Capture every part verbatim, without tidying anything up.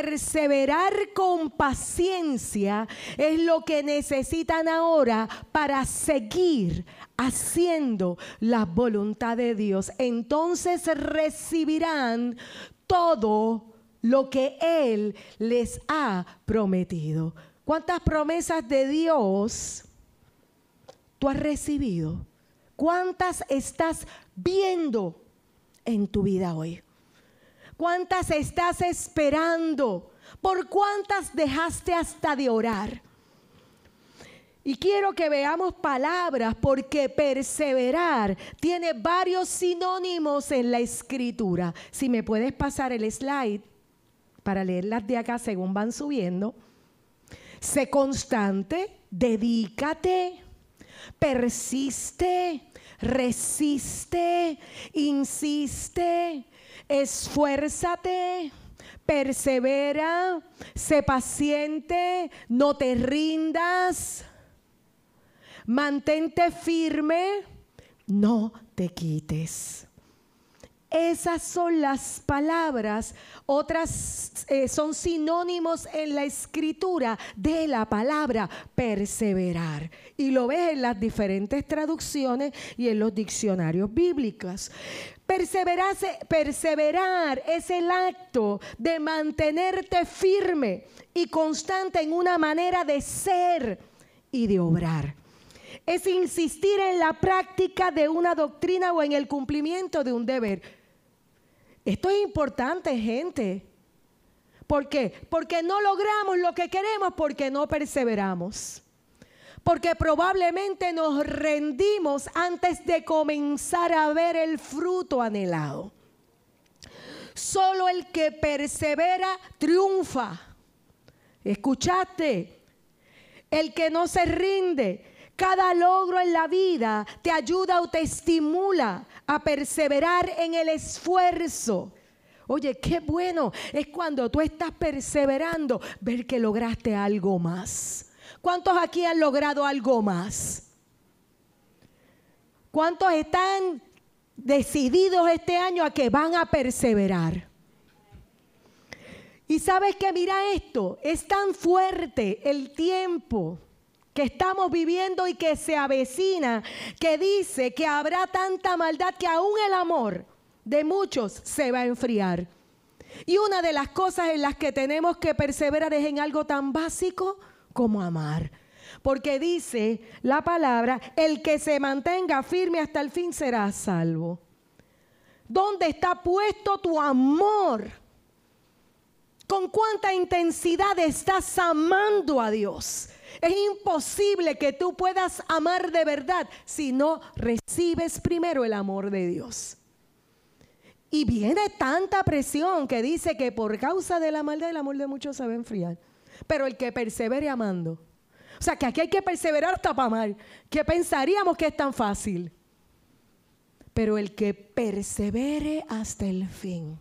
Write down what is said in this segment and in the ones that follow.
perseverar con paciencia es lo que necesitan ahora para seguir haciendo la voluntad de Dios. Entonces recibirán todo lo que Él les ha prometido. ¿Cuántas promesas de Dios tú has recibido? ¿Cuántas estás viendo en tu vida hoy? ¿Cuántas estás esperando? ¿Por cuántas dejaste hasta de orar? Y quiero que veamos palabras, porque perseverar tiene varios sinónimos en la Escritura. Si me puedes pasar el slide para leerlas de acá según van subiendo. Sé constante, dedícate, persiste, resiste, insiste, esfuérzate, persevera, sé paciente, no te rindas, mantente firme, no te quites. Esas son las palabras. Otras eh, son sinónimos en la Escritura de la palabra perseverar. Y lo ves en las diferentes traducciones y en los diccionarios bíblicos. Perseverar, perseverar es el acto de mantenerte firme y constante en una manera de ser y de obrar. Es insistir en la práctica de una doctrina o en el cumplimiento de un deber. Esto es importante, gente. ¿Por qué? Porque no logramos lo que queremos porque no perseveramos. Porque probablemente nos rendimos antes de comenzar a ver el fruto anhelado. Solo el que persevera triunfa. ¿Escuchaste? El que no se rinde. Cada logro en la vida te ayuda o te estimula a perseverar en el esfuerzo. Oye, qué bueno es cuando tú estás perseverando, ver que lograste algo más. ¿Cuántos aquí han logrado algo más? ¿Cuántos están decididos este año a que van a perseverar? Y sabes que mira esto, es tan fuerte el tiempo que estamos viviendo y que se avecina, que dice que habrá tanta maldad que aún el amor de muchos se va a enfriar. Y una de las cosas en las que tenemos que perseverar es en algo tan básico como amar. Porque dice la palabra, el que se mantenga firme hasta el fin será salvo. ¿Dónde está puesto tu amor? ¿Con cuánta intensidad estás amando a Dios? Es imposible que tú puedas amar de verdad si no recibes primero el amor de Dios. Y viene tanta presión que dice que por causa de la maldad el amor de muchos se va a enfriar. Pero el que persevere amando. O sea que aquí hay que perseverar hasta para amar. Que pensaríamos que es tan fácil. Pero el que persevere hasta el fin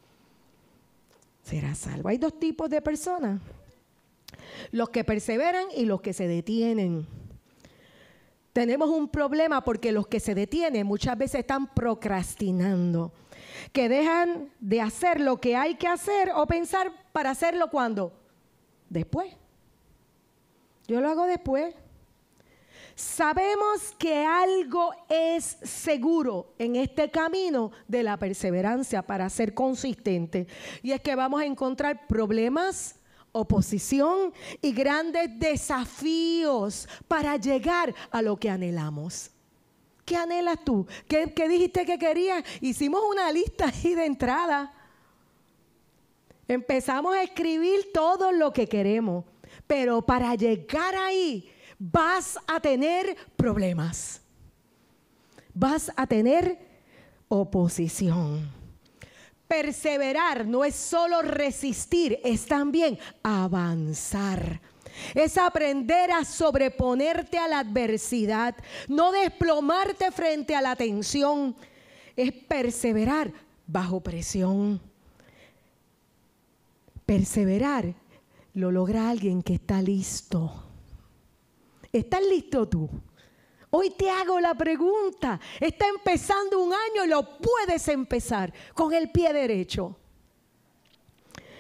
será salvo. Hay dos tipos de personas. Los que perseveran y los que se detienen. Tenemos un problema porque los que se detienen muchas veces están procrastinando. Que dejan de hacer lo que hay que hacer o pensar para hacerlo ¿cuándo? Después. Yo lo hago después. Sabemos que algo es seguro en este camino de la perseverancia para ser consistente. Y es que vamos a encontrar problemas, oposición y grandes desafíos para llegar a lo que anhelamos. ¿Qué anhelas tú? ¿Qué, qué dijiste que querías? Hicimos una lista ahí de entrada. Empezamos a escribir todo lo que queremos, pero para llegar ahí vas a tener problemas. Vas a tener oposición. Perseverar no es solo resistir, es también avanzar. Es aprender a sobreponerte a la adversidad, no desplomarte frente a la tensión. Es perseverar bajo presión. Perseverar lo logra alguien que está listo. ¿Estás listo tú? Hoy te hago la pregunta. Está empezando un año y lo puedes empezar con el pie derecho.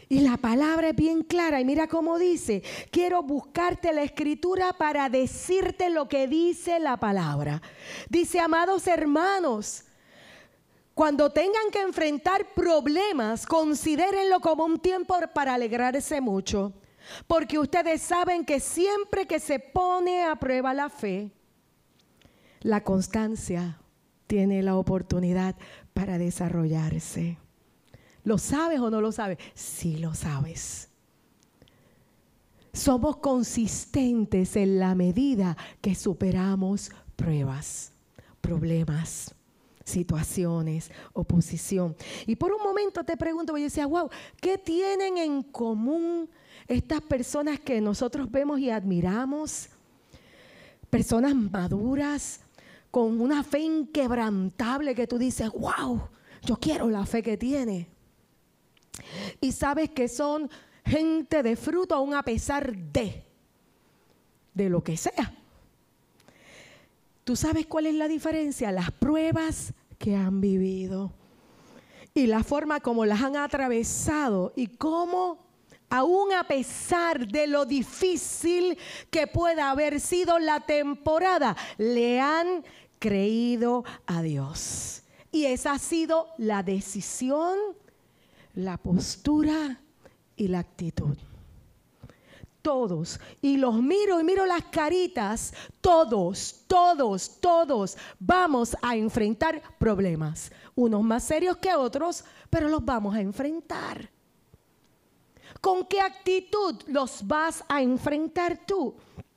Y la palabra es bien clara y mira cómo dice, quiero buscarte la escritura para decirte lo que dice la palabra. Dice, amados hermanos, cuando tengan que enfrentar problemas, considérenlo como un tiempo para alegrarse mucho, porque ustedes saben que siempre que se pone a prueba la fe, la constancia tiene la oportunidad para desarrollarse. ¿Lo sabes o no lo sabes? Sí lo sabes. Somos consistentes en la medida que superamos pruebas, problemas, situaciones, oposición. Y por un momento te pregunto, yo decía, wow, ¿qué tienen en común estas personas que nosotros vemos y admiramos? Personas maduras, con una fe inquebrantable que tú dices, wow, yo quiero la fe que tiene. Y sabes que son gente de fruto aún a pesar de, de lo que sea. ¿Tú sabes cuál es la diferencia? Las pruebas que han vivido y la forma como las han atravesado y cómo aún a pesar de lo difícil que pueda haber sido la temporada, le han creído a Dios. Y esa ha sido la decisión, la postura y la actitud. Todos, y los miro y miro las caritas, todos, todos, todos vamos a enfrentar problemas. Unos más serios que otros, pero los vamos a enfrentar. ¿Con qué actitud los vas a enfrentar tú?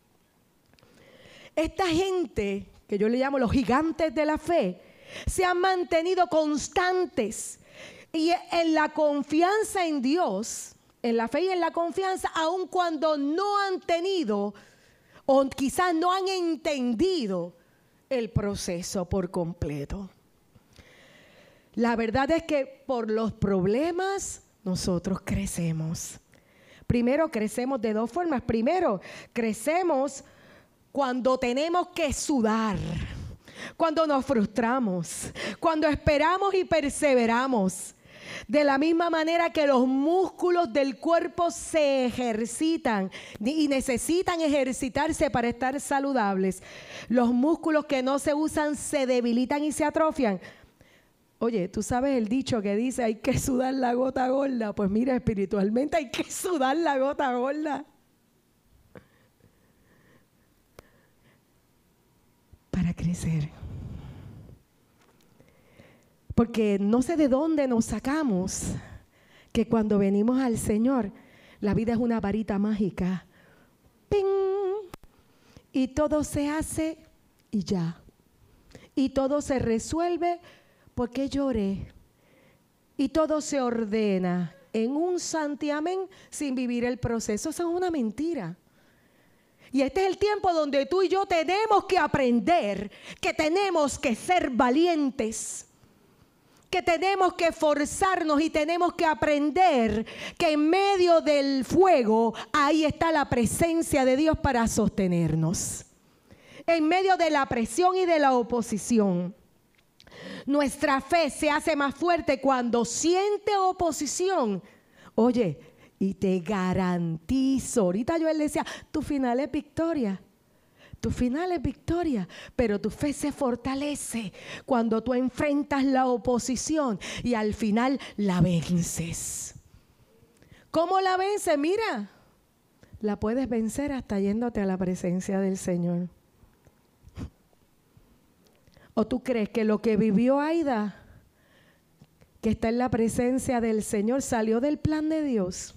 Esta gente, que yo le llamo los gigantes de la fe, se han mantenido constantes y en la confianza en Dios, en la fe y en la confianza, aun cuando no han tenido o quizás no han entendido el proceso por completo. La verdad es que por los problemas nosotros crecemos. Primero crecemos de dos formas. Primero crecemos cuando tenemos que sudar, cuando nos frustramos, cuando esperamos y perseveramos. De la misma manera que los músculos del cuerpo se ejercitan y necesitan ejercitarse para estar saludables, los músculos que no se usan se debilitan y se atrofian. Oye, tú sabes el dicho que dice hay que sudar la gota gorda. Pues mira, espiritualmente hay que sudar la gota gorda para crecer. Porque no sé de dónde nos sacamos que cuando venimos al Señor, la vida es una varita mágica. ¡Ping! Y todo se hace y ya. Y todo se resuelve porque lloré. Y todo se ordena en un santiamén sin vivir el proceso. Eso es una mentira. Y este es el tiempo donde tú y yo tenemos que aprender que tenemos que ser valientes, que tenemos que forzarnos y tenemos que aprender que en medio del fuego ahí está la presencia de Dios para sostenernos. En medio de la presión y de la oposición. Nuestra fe se hace más fuerte cuando siente oposición. Oye, y te garantizo, ahorita yo le decía, tu final es victoria. Tu final es victoria, pero tu fe se fortalece cuando tú enfrentas la oposición y al final la vences. ¿Cómo la vences? Mira, la puedes vencer hasta yéndote a la presencia del Señor. ¿O tú crees que lo que vivió Aida, que está en la presencia del Señor, salió del plan de Dios?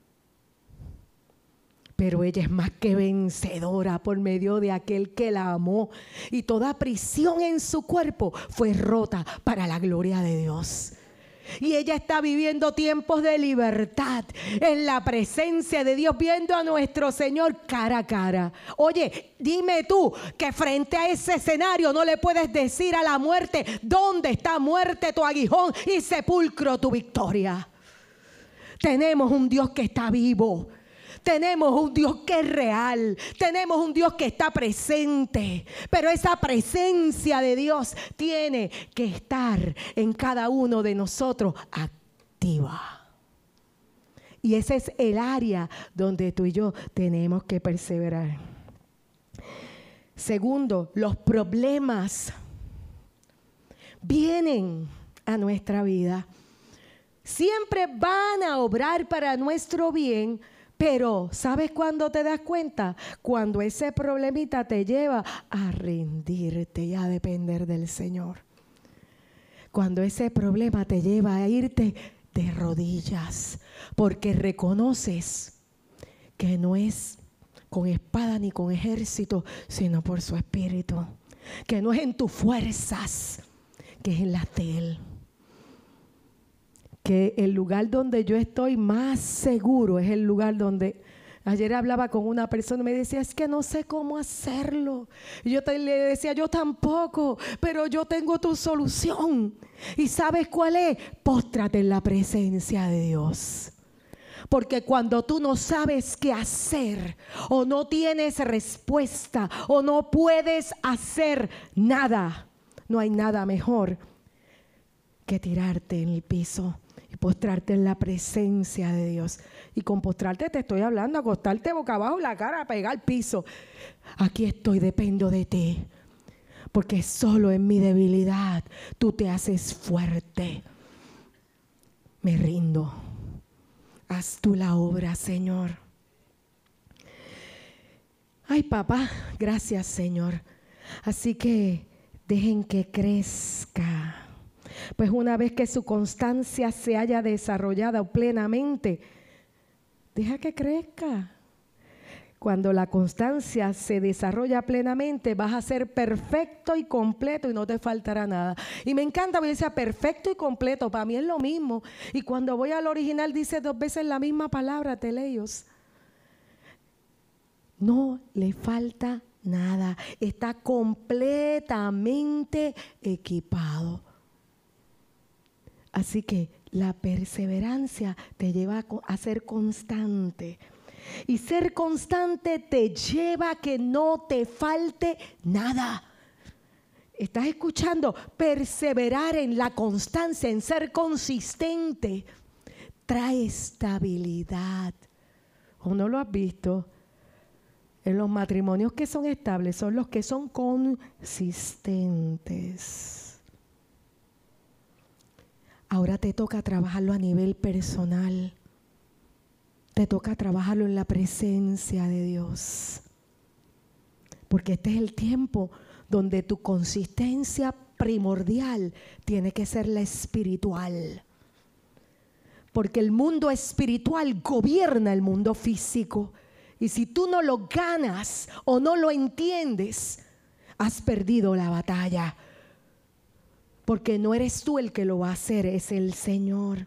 Pero ella es más que vencedora por medio de aquel que la amó. Y toda prisión en su cuerpo fue rota para la gloria de Dios. Y ella está viviendo tiempos de libertad en la presencia de Dios, viendo a nuestro Señor cara a cara. Oye, dime tú que frente a ese escenario no le puedes decir a la muerte, ¿dónde está muerte tu aguijón y sepulcro tu victoria? Tenemos un Dios que está vivo. Tenemos un Dios que es real, tenemos un Dios que está presente, pero esa presencia de Dios tiene que estar en cada uno de nosotros activa. Y ese es el área donde tú y yo tenemos que perseverar. Segundo, los problemas vienen a nuestra vida. Siempre van a obrar para nuestro bien, pero ¿sabes cuándo te das cuenta? Cuando ese problemita te lleva a rendirte y a depender del Señor. Cuando ese problema te lleva a irte de rodillas, porque reconoces que no es con espada ni con ejército, sino por su Espíritu. Que no es en tus fuerzas, que es en las de Él. Que el lugar donde yo estoy más seguro es el lugar donde... Ayer hablaba con una persona y me decía, es que no sé cómo hacerlo. Y yo te, le decía, yo tampoco, pero yo tengo tu solución. ¿Y sabes cuál es? Póstrate en la presencia de Dios. Porque cuando tú no sabes qué hacer, o no tienes respuesta, o no puedes hacer nada, no hay nada mejor que tirarte en el piso y postrarte en la presencia de Dios. Y con postrarte te estoy hablando, acostarte boca abajo, la cara, pegar al piso. Aquí estoy, dependo de ti. Porque solo en mi debilidad tú te haces fuerte. Me rindo. Haz tú la obra, Señor. Ay, papá, gracias, Señor. Así que dejen que crezca. Pues una vez que su constancia se haya desarrollado plenamente, deja que crezca. Cuando la constancia se desarrolla plenamente, vas a ser perfecto y completo y no te faltará nada. Y me encanta, porque dice perfecto y completo, para mí es lo mismo. Y cuando voy al original dice dos veces la misma palabra, teleios. No le falta nada, está completamente equipado. Así que la perseverancia te lleva a, a ser constante. Y ser constante te lleva a que no te falte nada. ¿Estás escuchando? Perseverar en la constancia, en ser consistente, trae estabilidad. ¿O no lo has visto? En los matrimonios que son estables son los que son consistentes. Ahora te toca trabajarlo a nivel personal. Te toca trabajarlo en la presencia de Dios. Porque este es el tiempo donde tu consistencia primordial tiene que ser la espiritual. Porque el mundo espiritual gobierna el mundo físico. Y si tú no lo ganas o no lo entiendes, has perdido la batalla. Porque no eres tú el que lo va a hacer, es el Señor.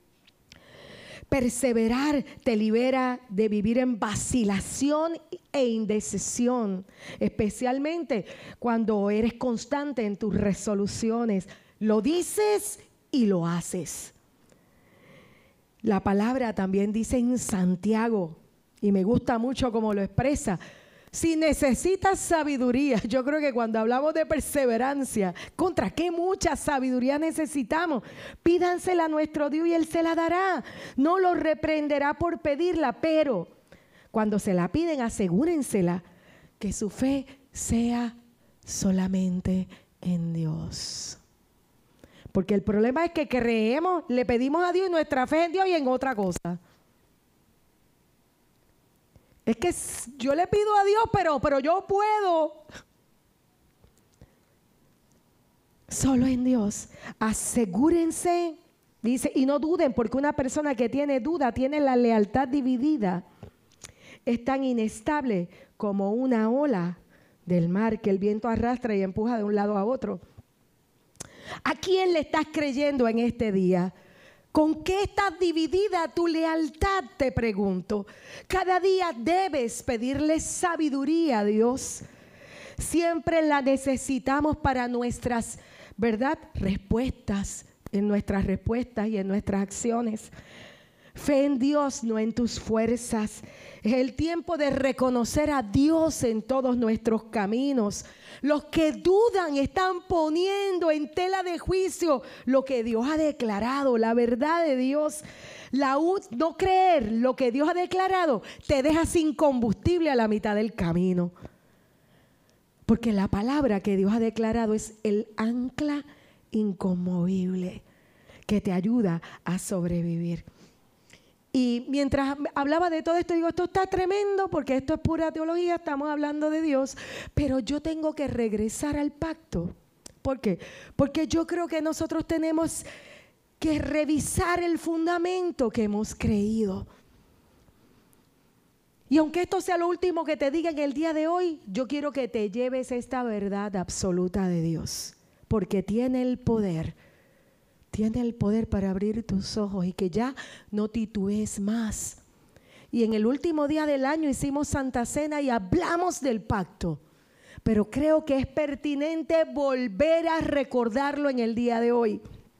Perseverar te libera de vivir en vacilación e indecisión, especialmente cuando eres constante en tus resoluciones. Lo dices y lo haces. La palabra también dice en Santiago, y me gusta mucho cómo lo expresa. Si necesitas sabiduría, yo creo que cuando hablamos de perseverancia, ¿contra qué mucha sabiduría necesitamos? Pídansela a nuestro Dios y Él se la dará. No lo reprenderá por pedirla, pero cuando se la piden, asegúrensela que su fe sea solamente en Dios. Porque el problema es que creemos, le pedimos a Dios y nuestra fe en Dios y en otra cosa. Es que yo le pido a Dios, pero, pero yo puedo. Solo en Dios. Asegúrense, dice, y no duden, porque una persona que tiene duda tiene la lealtad dividida. Es tan inestable como una ola del mar que el viento arrastra y empuja de un lado a otro. ¿A quién le estás creyendo en este día? ¿Con qué estás dividida tu lealtad? Te pregunto. Cada día debes pedirle sabiduría a Dios. Siempre la necesitamos para nuestras, ¿verdad?, respuestas, en nuestras respuestas y en nuestras acciones. Fe en Dios, no en tus fuerzas. Es el tiempo de reconocer a Dios en todos nuestros caminos. Los que dudan están poniendo en tela de juicio lo que Dios ha declarado, la verdad de Dios. La, no creer lo que Dios ha declarado te deja sin combustible a la mitad del camino. Porque la palabra que Dios ha declarado es el ancla inconmovible que te ayuda a sobrevivir. Y mientras hablaba de todo esto, digo, esto está tremendo porque esto es pura teología, estamos hablando de Dios, pero yo tengo que regresar al pacto. ¿Por qué? Porque yo creo que nosotros tenemos que revisar el fundamento que hemos creído. Y aunque esto sea lo último que te diga en el día de hoy, yo quiero que te lleves esta verdad absoluta de Dios, porque tiene el poder. Tiene el poder para abrir tus ojos y que ya no titubees más. Y en el último día del año hicimos Santa Cena y hablamos del pacto. Pero creo que es pertinente volver a recordarlo en el día de hoy.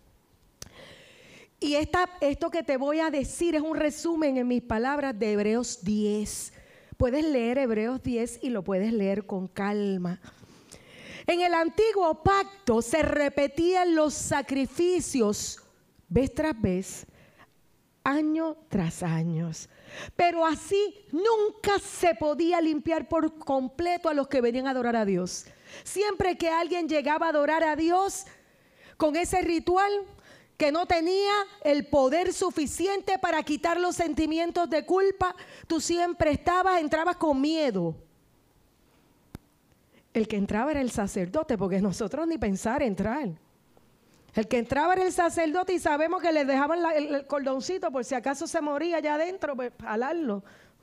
Y esta, esto que te voy a decir es un resumen en mis palabras de Hebreos diez. Puedes leer Hebreos diez y lo puedes leer con calma. En el antiguo pacto se repetían los sacrificios vez tras vez, año tras año. Pero así nunca se podía limpiar por completo a los que venían a adorar a Dios. Siempre que alguien llegaba a adorar a Dios con ese ritual que no tenía el poder suficiente para quitar los sentimientos de culpa, tú siempre estabas, entrabas con miedo. El que entraba era el sacerdote, porque nosotros ni pensar entrar. El que entraba era el sacerdote y sabemos que le dejaban la, el, el cordoncito por si acaso se moría allá adentro, pues jalarlo.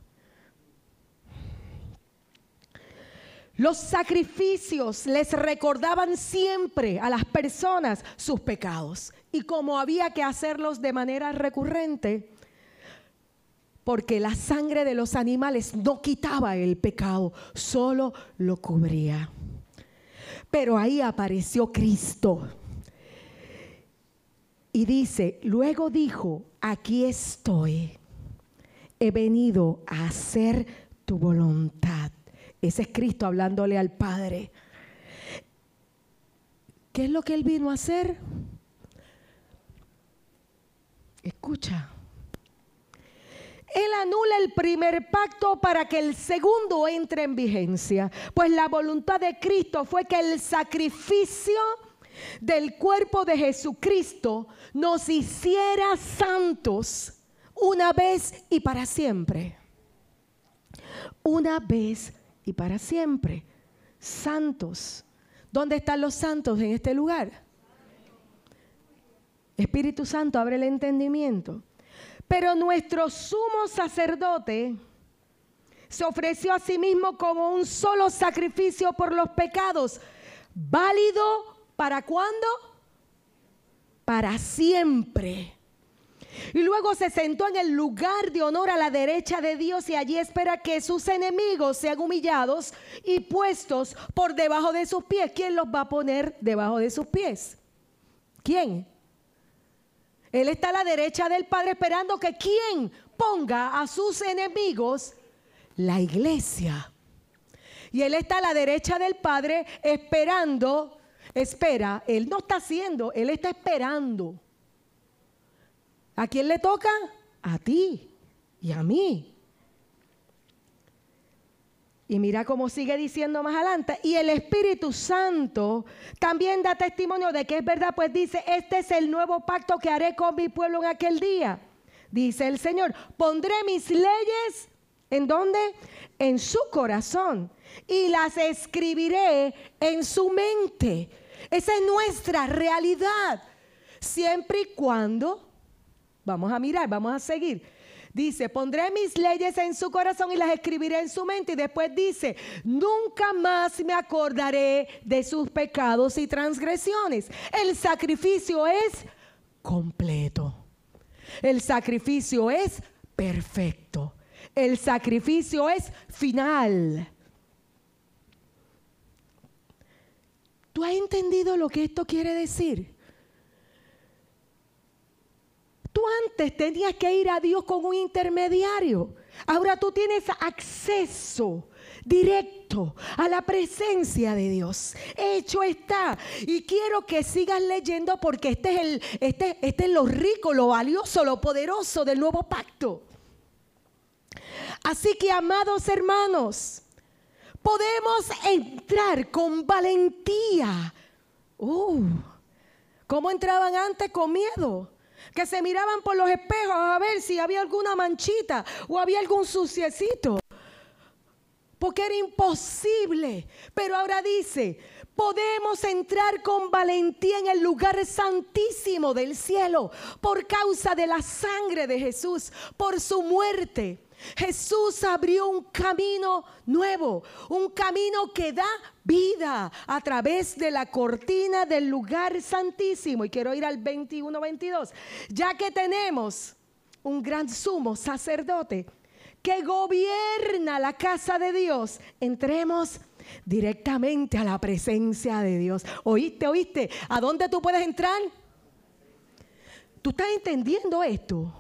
Los sacrificios les recordaban siempre a las personas sus pecados. Y como había que hacerlos de manera recurrente, porque la sangre de los animales no quitaba el pecado, solo lo cubría. Pero ahí apareció Cristo. Y dice, luego dijo, aquí estoy, he venido a hacer tu voluntad. Ese es Cristo hablándole al Padre. ¿Qué es lo que Él vino a hacer? Escucha. Él anula el primer pacto para que el segundo entre en vigencia. Pues la voluntad de Cristo fue que el sacrificio del cuerpo de Jesucristo nos hiciera santos una vez y para siempre. Una vez y para siempre. Santos. ¿Dónde están los santos en este lugar? Espíritu Santo, abre el entendimiento. Pero nuestro sumo sacerdote se ofreció a sí mismo como un solo sacrificio por los pecados, válido ¿para cuándo? Para siempre. Y luego se sentó en el lugar de honor a la derecha de Dios y allí espera que sus enemigos sean humillados y puestos por debajo de sus pies. ¿Quién los va a poner debajo de sus pies? ¿Quién? Él está a la derecha del Padre esperando que ¿quién ponga a sus enemigos? La iglesia. Y Él está a la derecha del Padre esperando, espera, Él no está haciendo, Él está esperando. ¿A quién le toca? A ti y a mí. Y mira cómo sigue diciendo más adelante. Y el Espíritu Santo también da testimonio de que es verdad, pues dice, este es el nuevo pacto que haré con mi pueblo en aquel día. Dice el Señor, pondré mis leyes, ¿en dónde? En su corazón. Y las escribiré en su mente. Esa es nuestra realidad. Siempre y cuando, vamos a mirar, vamos a seguir. Dice, pondré mis leyes en su corazón y las escribiré en su mente. Y después dice, nunca más me acordaré de sus pecados y transgresiones. El sacrificio es completo. El sacrificio es perfecto. El sacrificio es final. ¿Tú has entendido lo que esto quiere decir? ¿Tú Tú antes tenías que ir a Dios con un intermediario. Ahora tú tienes acceso directo a la presencia de Dios. Hecho está. Y quiero que sigas leyendo porque este es, el, este, este es lo rico, lo valioso, lo poderoso del nuevo pacto. Así que, amados hermanos, podemos entrar con valentía. Uh, ¿Cómo entraban antes? Con miedo. Que se miraban por los espejos a ver si había alguna manchita o había algún suciecito. Porque era imposible. Pero ahora dice, podemos entrar con valentía en el lugar santísimo del cielo por causa de la sangre de Jesús, por su muerte. Jesús abrió un camino nuevo, un camino que da vida a través de la cortina del lugar santísimo. Y quiero ir al veintiuno veintidós. Ya que tenemos un gran sumo sacerdote que gobierna la casa de Dios, entremos directamente a la presencia de Dios. ¿Oíste, oíste? ¿A dónde tú puedes entrar? ¿Tú estás entendiendo esto?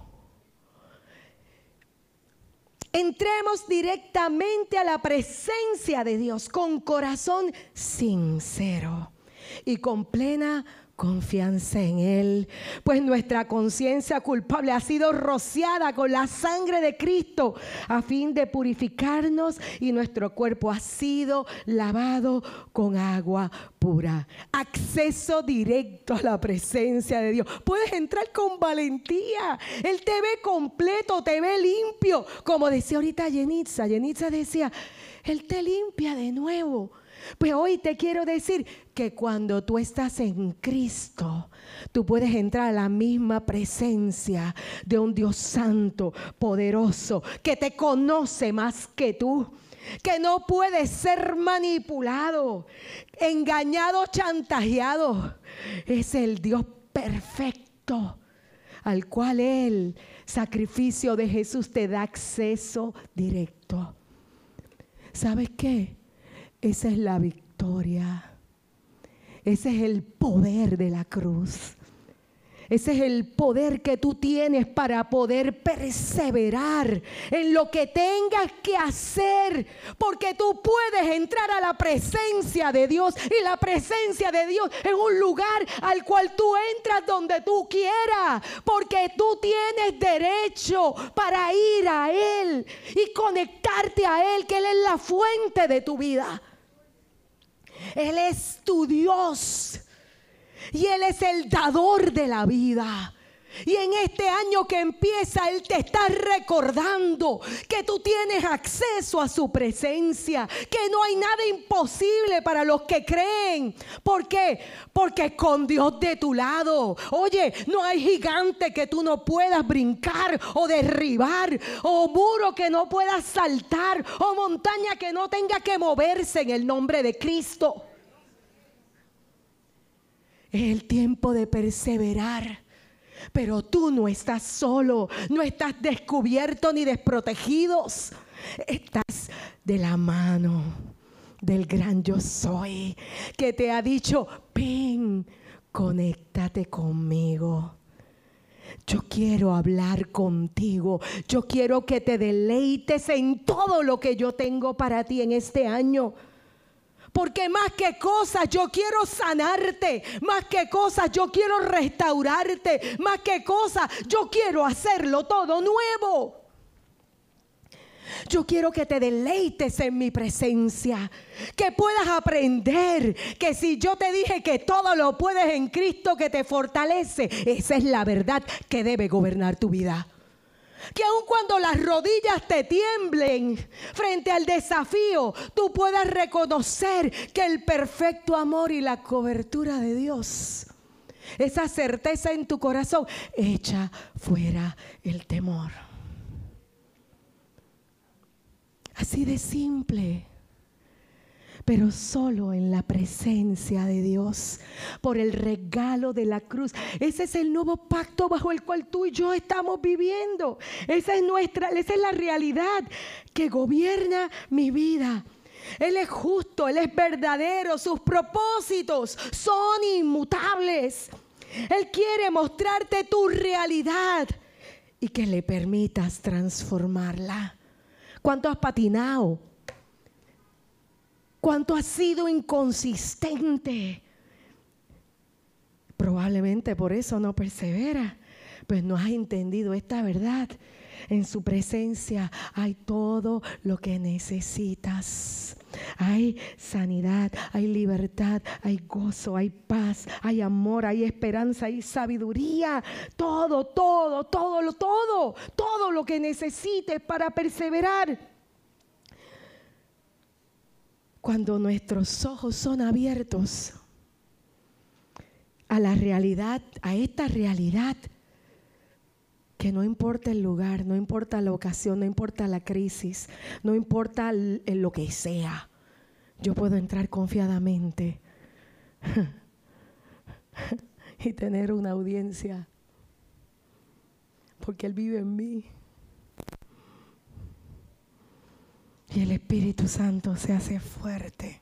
Entremos directamente a la presencia de Dios con corazón sincero y con plena confianza en Él, pues nuestra conciencia culpable ha sido rociada con la sangre de Cristo a fin de purificarnos, y nuestro cuerpo ha sido lavado con agua pura. Acceso directo a la presencia de Dios. Puedes entrar con valentía. Él te ve completo, te ve limpio. Como decía ahorita Yenitza, Yenitza decía, Él te limpia de nuevo. Pues hoy te quiero decir que cuando tú estás en Cristo, tú puedes entrar a la misma presencia de un Dios santo, poderoso, que te conoce más que tú, que no puede ser manipulado, engañado, chantajeado. Es el Dios perfecto al cual el sacrificio de Jesús te da acceso directo. ¿Sabes qué? Esa es la victoria. Ese es el poder de la cruz. Ese es el poder que tú tienes para poder perseverar en lo que tengas que hacer. Porque tú puedes entrar a la presencia de Dios. Y la presencia de Dios es un lugar al cual tú entras donde tú quieras. Porque tú tienes derecho para ir a Él y conectarte a Él, que Él es la fuente de tu vida. Él es tu Dios y Él es el dador de la vida. Y en este año que empieza, Él te está recordando que tú tienes acceso a su presencia, que no hay nada imposible para los que creen. ¿Por qué? Porque con Dios de tu lado, oye, no hay gigante que tú no puedas brincar o derribar, o muro que no puedas saltar, o montaña que no tenga que moverse en el nombre de Cristo. Es el tiempo de perseverar. Pero tú no estás solo, no estás descubierto ni desprotegidos. Estás de la mano del gran yo soy, que te ha dicho, ven, conéctate conmigo. Yo quiero hablar contigo. Yo quiero que te deleites en todo lo que yo tengo para ti en este año. Porque más que cosas yo quiero sanarte, más que cosas yo quiero restaurarte, más que cosas yo quiero hacerlo todo nuevo. Yo quiero que te deleites en mi presencia, que puedas aprender que si yo te dije que todo lo puedes en Cristo que te fortalece, esa es la verdad que debe gobernar tu vida. Que aun cuando las rodillas te tiemblen frente al desafío, tú puedas reconocer que el perfecto amor y la cobertura de Dios, esa certeza en tu corazón, echa fuera el temor. Así de simple. Pero solo en la presencia de Dios, por el regalo de la cruz. Ese es el nuevo pacto bajo el cual tú y yo estamos viviendo. Esa es nuestra, esa es la realidad que gobierna mi vida. Él es justo, Él es verdadero, sus propósitos son inmutables. Él quiere mostrarte tu realidad y que le permitas transformarla. ¿Cuánto has patinado? ¿Cuánto has sido inconsistente? Probablemente por eso no persevera, pues no has entendido esta verdad. En su presencia hay todo lo que necesitas. Hay sanidad, hay libertad, hay gozo, hay paz, hay amor, hay esperanza, hay sabiduría. Todo, todo, todo, lo, todo, todo lo que necesites para perseverar. Cuando nuestros ojos son abiertos a la realidad, a esta realidad, que no importa el lugar, no importa la ocasión, no importa la crisis, no importa el, el lo que sea, yo puedo entrar confiadamente y tener una audiencia, porque Él vive en mí. Y el Espíritu Santo se hace fuerte.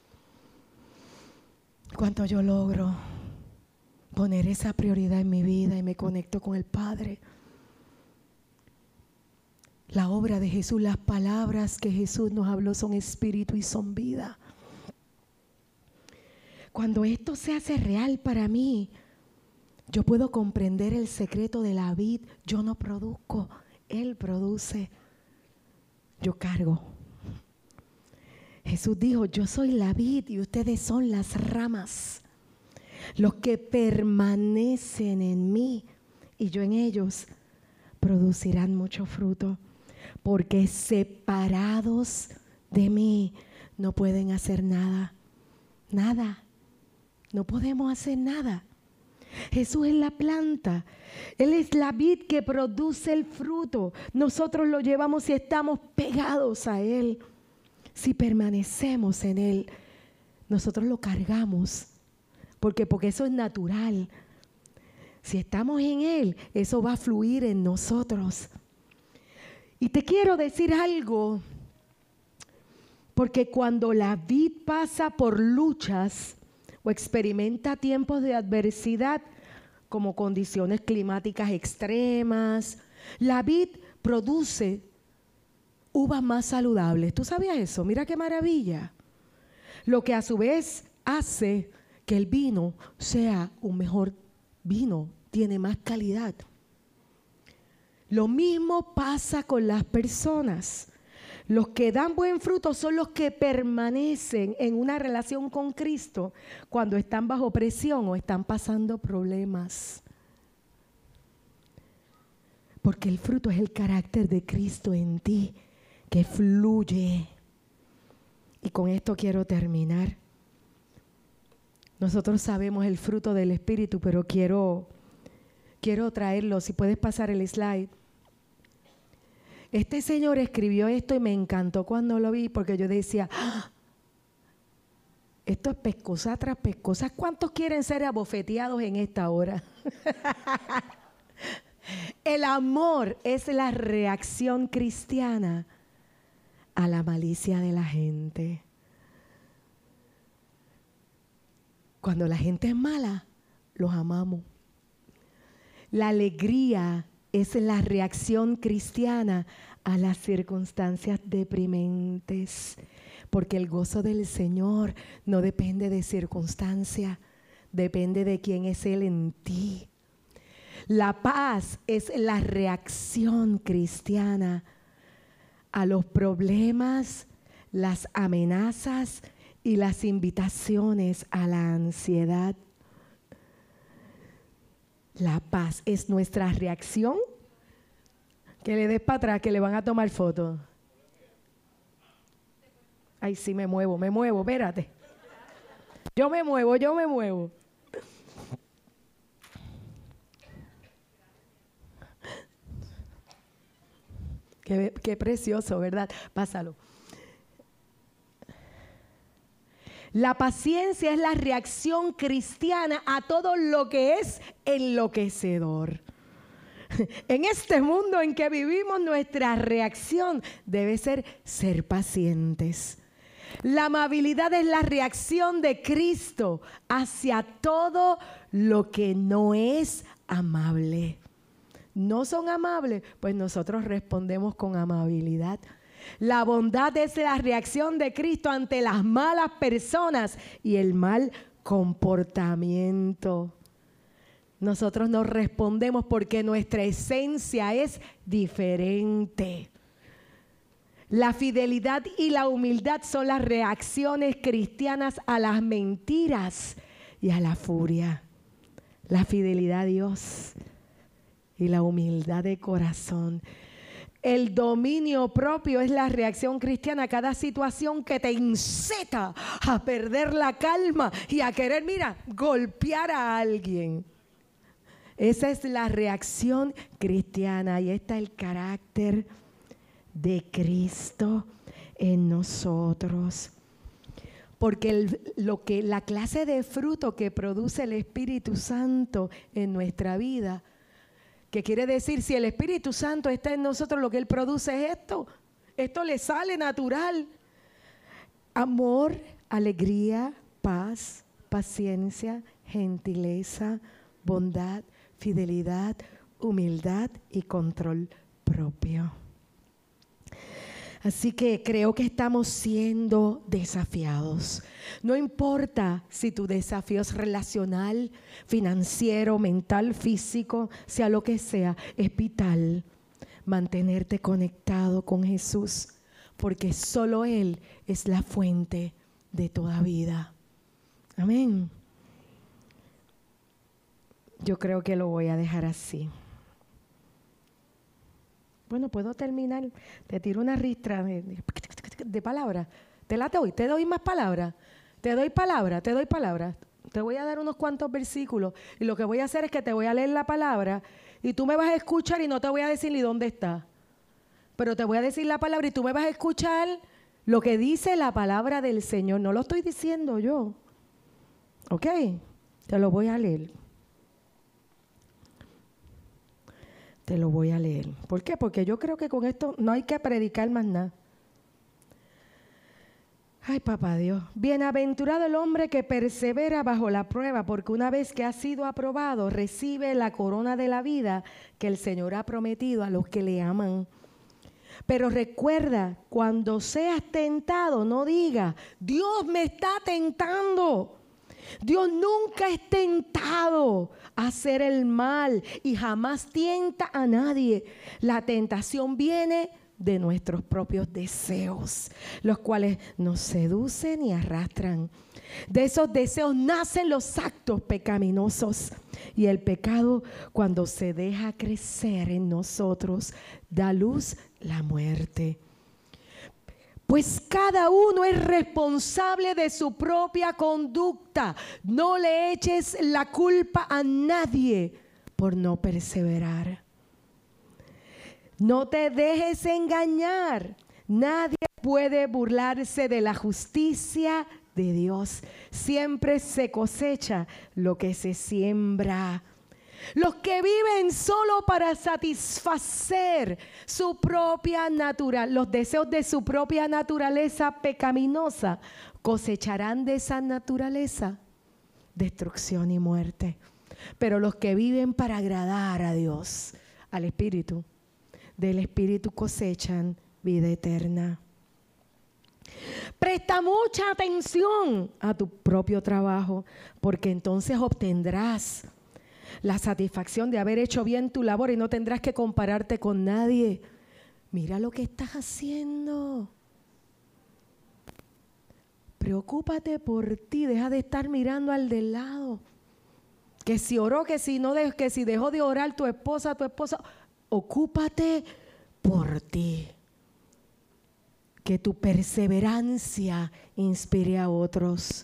Cuando yo logro poner esa prioridad en mi vida y me conecto con el Padre, la obra de Jesús, las palabras que Jesús nos habló son espíritu y son vida. Cuando esto se hace real para mí, yo puedo comprender el secreto de la vid. Yo no produzco, Él produce. Yo cargo. Jesús dijo, yo soy la vid y ustedes son las ramas. Los que permanecen en mí y yo en ellos producirán mucho fruto. Porque separados de mí no pueden hacer nada. Nada. No podemos hacer nada. Jesús es la planta. Él es la vid que produce el fruto. Nosotros lo llevamos si estamos pegados a Él. Si permanecemos en Él, nosotros lo cargamos. Porque, porque eso es natural. Si estamos en Él, eso va a fluir en nosotros. Y te quiero decir algo, porque cuando la vid pasa por luchas o experimenta tiempos de adversidad, como condiciones climáticas extremas, la vid produce uvas más saludables. ¿Tú sabías eso? Mira qué maravilla. Lo que a su vez hace que el vino sea un mejor vino, tiene más calidad. Lo mismo pasa con las personas. Los que dan buen fruto son los que permanecen en una relación con Cristo cuando están bajo presión o están pasando problemas. Porque el fruto es el carácter de Cristo en ti, que fluye. Y con esto quiero terminar. Nosotros sabemos el fruto del Espíritu, pero quiero... Quiero traerlo, si puedes pasar el slide. Este señor escribió esto y me encantó cuando lo vi, porque yo decía, ¡ah! Esto es pescosa tras pescosa. ¿Cuántos quieren ser abofeteados en esta hora? El amor es la reacción cristiana a la malicia de la gente. Cuando la gente es mala, los amamos. La alegría es la reacción cristiana a las circunstancias deprimentes, porque el gozo del Señor no depende de circunstancia, depende de quién es Él en ti. La paz es la reacción cristiana a los problemas, las amenazas y las invitaciones a la ansiedad. La paz es nuestra reacción. Que le des para atrás, que le van a tomar fotos. Ay, sí, me muevo, me muevo, espérate. Yo me muevo, yo me muevo. Qué, qué precioso, ¿verdad? Pásalo. La paciencia es la reacción cristiana a todo lo que es enloquecedor. En este mundo en que vivimos, nuestra reacción debe ser ser pacientes. La amabilidad es la reacción de Cristo hacia todo lo que no es amable. ¿No son amables? Pues nosotros respondemos con amabilidad. La bondad es la reacción de Cristo ante las malas personas y el mal comportamiento. Nosotros no respondemos porque nuestra esencia es diferente. La fidelidad y la humildad son las reacciones cristianas a las mentiras y a la furia. La fidelidad a Dios y la humildad de corazón. El dominio propio es la reacción cristiana a cada situación que te incita a perder la calma y a querer, mira, golpear a alguien. Esa es la reacción cristiana y está el carácter de Cristo en nosotros. Porque el, lo que, la clase de fruto que produce el Espíritu Santo en nuestra vida, que quiere decir, si el Espíritu Santo está en nosotros, lo que Él produce es esto. Esto le sale natural. Amor, alegría, paz, paciencia, gentileza, bondad, fidelidad, humildad y control propio. Así que creo que estamos siendo desafiados. No importa si tu desafío es relacional, financiero, mental, físico, sea lo que sea, es vital mantenerte conectado con Jesús, porque solo Él es la fuente de toda vida. Amén. Yo creo que lo voy a dejar así. Bueno, puedo terminar. Te tiro una ristra de, de, de palabras. Te la doy, te doy más palabras. Te doy palabras, te doy palabras. Te voy a dar unos cuantos versículos. Y lo que voy a hacer es que te voy a leer la palabra y tú me vas a escuchar y no te voy a decir ni dónde está. Pero te voy a decir la palabra y tú me vas a escuchar lo que dice la palabra del Señor. No lo estoy diciendo yo. ¿Ok? Te lo voy a leer. Te lo voy a leer. ¿Por qué? Porque yo creo que con esto no hay que predicar más nada. Ay, papá Dios. Bienaventurado el hombre que persevera bajo la prueba, porque una vez que ha sido aprobado, recibe la corona de la vida que el Señor ha prometido a los que le aman. Pero recuerda, cuando seas tentado, no digas, Dios me está tentando. Dios nunca es tentado a hacer el mal y jamás tienta a nadie. La tentación viene de nuestros propios deseos, los cuales nos seducen y arrastran. De esos deseos nacen los actos pecaminosos y el pecado, cuando se deja crecer en nosotros, da luz la muerte. Pues cada uno es responsable de su propia conducta. No le eches la culpa a nadie por no perseverar. No te dejes engañar. Nadie puede burlarse de la justicia de Dios. Siempre se cosecha lo que se siembra. Los que viven solo para satisfacer su propia naturaleza, los deseos de su propia naturaleza pecaminosa, cosecharán de esa naturaleza destrucción y muerte. Pero los que viven para agradar a Dios, al Espíritu, del Espíritu cosechan vida eterna. Presta mucha atención a tu propio trabajo, porque entonces obtendrás la satisfacción de haber hecho bien tu labor y no tendrás que compararte con nadie. Mira lo que estás haciendo. Preocúpate por ti, deja de estar mirando al del lado. Que si oró, que si no, que si dejó de orar tu esposa, tu esposa. Ocúpate por ti. Que tu perseverancia inspire a otros.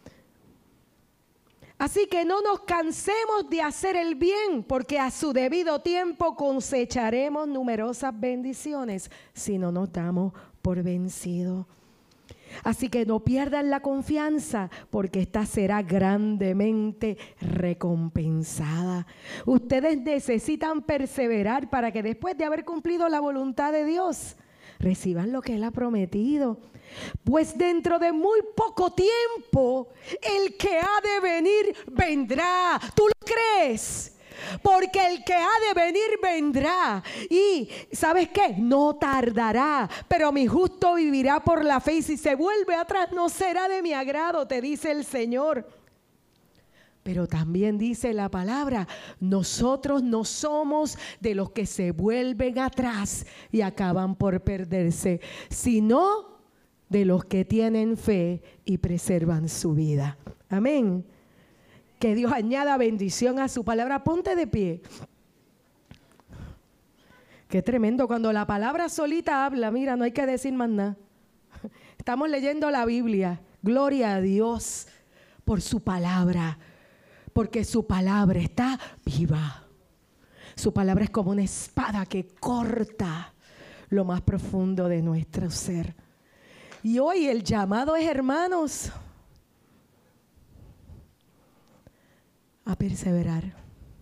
Así que no nos cansemos de hacer el bien, porque a su debido tiempo cosecharemos numerosas bendiciones si no nos damos por vencidos. Así que no pierdan la confianza, porque esta será grandemente recompensada. Ustedes necesitan perseverar para que después de haber cumplido la voluntad de Dios, reciban lo que Él ha prometido. Pues dentro de muy poco tiempo, el que ha de venir vendrá. ¿Tú lo crees? Porque el que ha de venir vendrá. Y ¿sabes qué? No tardará. Pero mi justo vivirá por la fe. Y si se vuelve atrás, no será de mi agrado, te dice el Señor. Pero también dice la palabra, nosotros no somos de los que se vuelven atrás y acaban por perderse, sino de los que tienen fe y preservan su vida. Amén. Que Dios añada bendición a su palabra. Ponte de pie. Qué tremendo. Cuando la palabra solita habla, mira, no hay que decir más nada. Estamos leyendo la Biblia. Gloria a Dios por su palabra. Porque su palabra está viva. Su palabra es como una espada que corta lo más profundo de nuestro ser. Y hoy el llamado es, hermanos, a perseverar.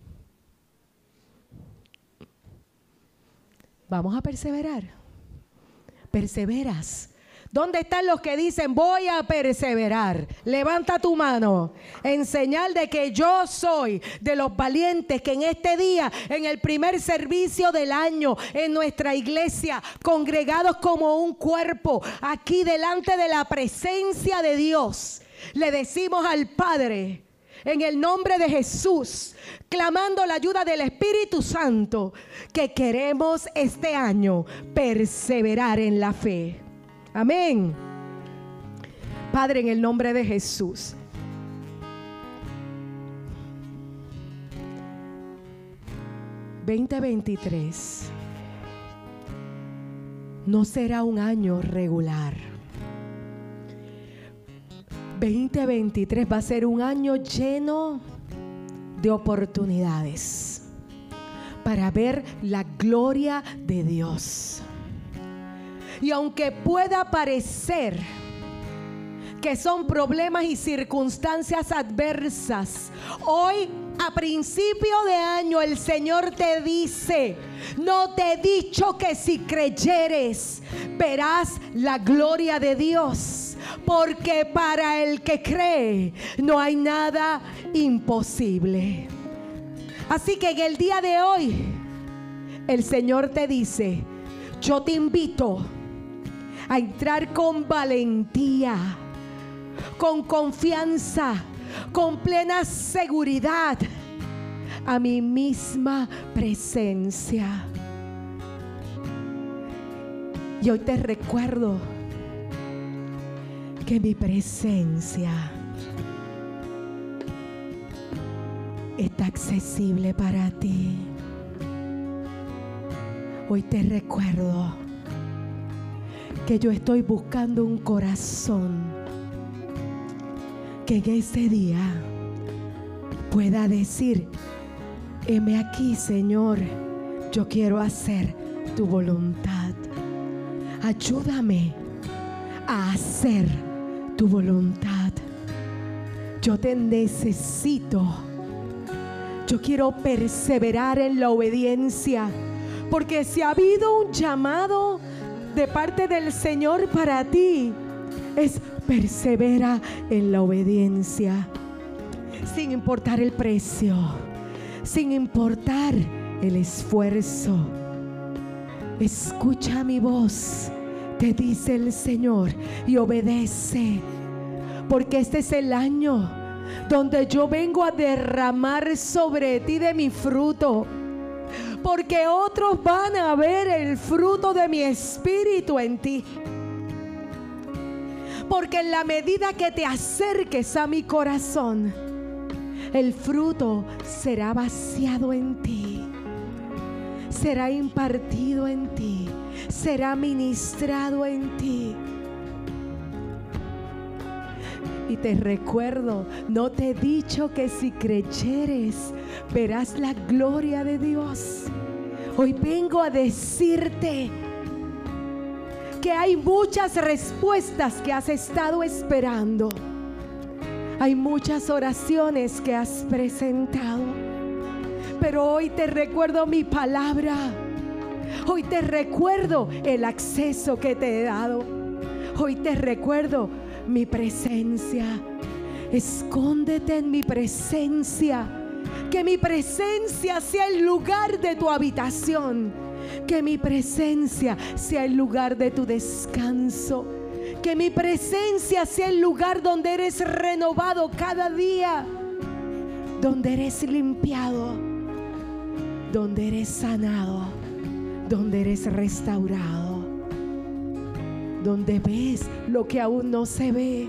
Vamos a perseverar. Perseveras. ¿Dónde están los que dicen voy a perseverar? Levanta tu mano en señal de que yo soy de los valientes que en este día, en el primer servicio del año, en nuestra iglesia, congregados como un cuerpo, aquí delante de la presencia de Dios, le decimos al Padre, en el nombre de Jesús, clamando la ayuda del Espíritu Santo, que queremos este año perseverar en la fe. Amén. Padre, en el nombre de Jesús, veinte veintitrés no será un año regular. veinte veintitrés va a ser un año lleno de oportunidades para ver la gloria de Dios. Y aunque pueda parecer que son problemas y circunstancias adversas, hoy a principio de año el Señor te dice, no te he dicho que si creyeres verás la gloria de Dios, porque para el que cree no hay nada imposible. Así que en el día de hoy el Señor te dice, yo te invito a entrar con valentía, con confianza, con plena seguridad a mi misma presencia. Y hoy te recuerdo que mi presencia está accesible para ti. Hoy te recuerdo que yo estoy buscando un corazón que en ese día pueda decir, heme aquí, Señor, yo quiero hacer tu voluntad. Ayúdame a hacer tu voluntad. Yo te necesito. Yo quiero perseverar en la obediencia, porque si ha habido un llamado de parte del Señor para ti, es persevera en la obediencia, sin importar el precio, sin importar el esfuerzo. Escucha mi voz, te dice el Señor, y obedece, porque este es el año donde yo vengo a derramar sobre ti de mi fruto. Porque otros van a ver el fruto de mi espíritu en ti. Porque en la medida que te acerques a mi corazón, el fruto será vaciado en ti, será impartido en ti, será ministrado en ti. Y te recuerdo, no te he dicho que si creyeres verás la gloria de Dios. Hoy vengo a decirte que hay muchas respuestas que has estado esperando. Hay muchas oraciones que has presentado. Pero hoy te recuerdo mi palabra. Hoy te recuerdo el acceso que te he dado. Hoy te recuerdo mi presencia. Escóndete en mi presencia. Que mi presencia sea el lugar de tu habitación. Que mi presencia sea el lugar de tu descanso. Que mi presencia sea el lugar donde eres renovado cada día. Donde eres limpiado. Donde eres sanado. Donde eres restaurado. Donde ves lo que aún no se ve.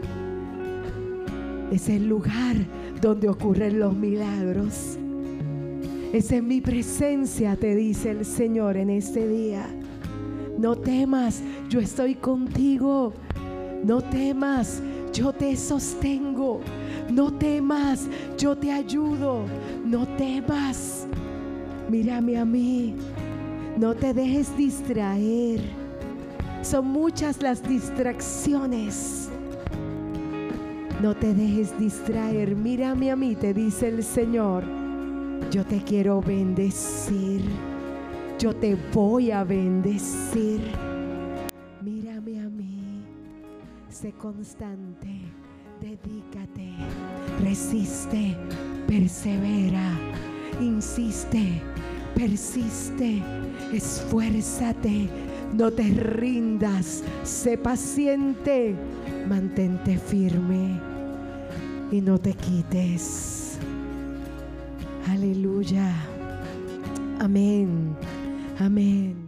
Es el lugar donde ocurren los milagros. Es en mi presencia, te dice el Señor en este día. No temas, yo estoy contigo. No temas, yo te sostengo. No temas, yo te ayudo. No temas, mírame a mí. No te dejes distraer. Son muchas las distracciones. No te dejes distraer. Mírame a mí, te dice el Señor. Yo te quiero bendecir. Yo te voy a bendecir. Mírame a mí. Sé constante. Dedícate. Resiste. Persevera. Insiste. Persiste. Esfuérzate. No te rindas. Sé paciente. Mantente firme. Y no te quites. Aleluya. Amén. Amén.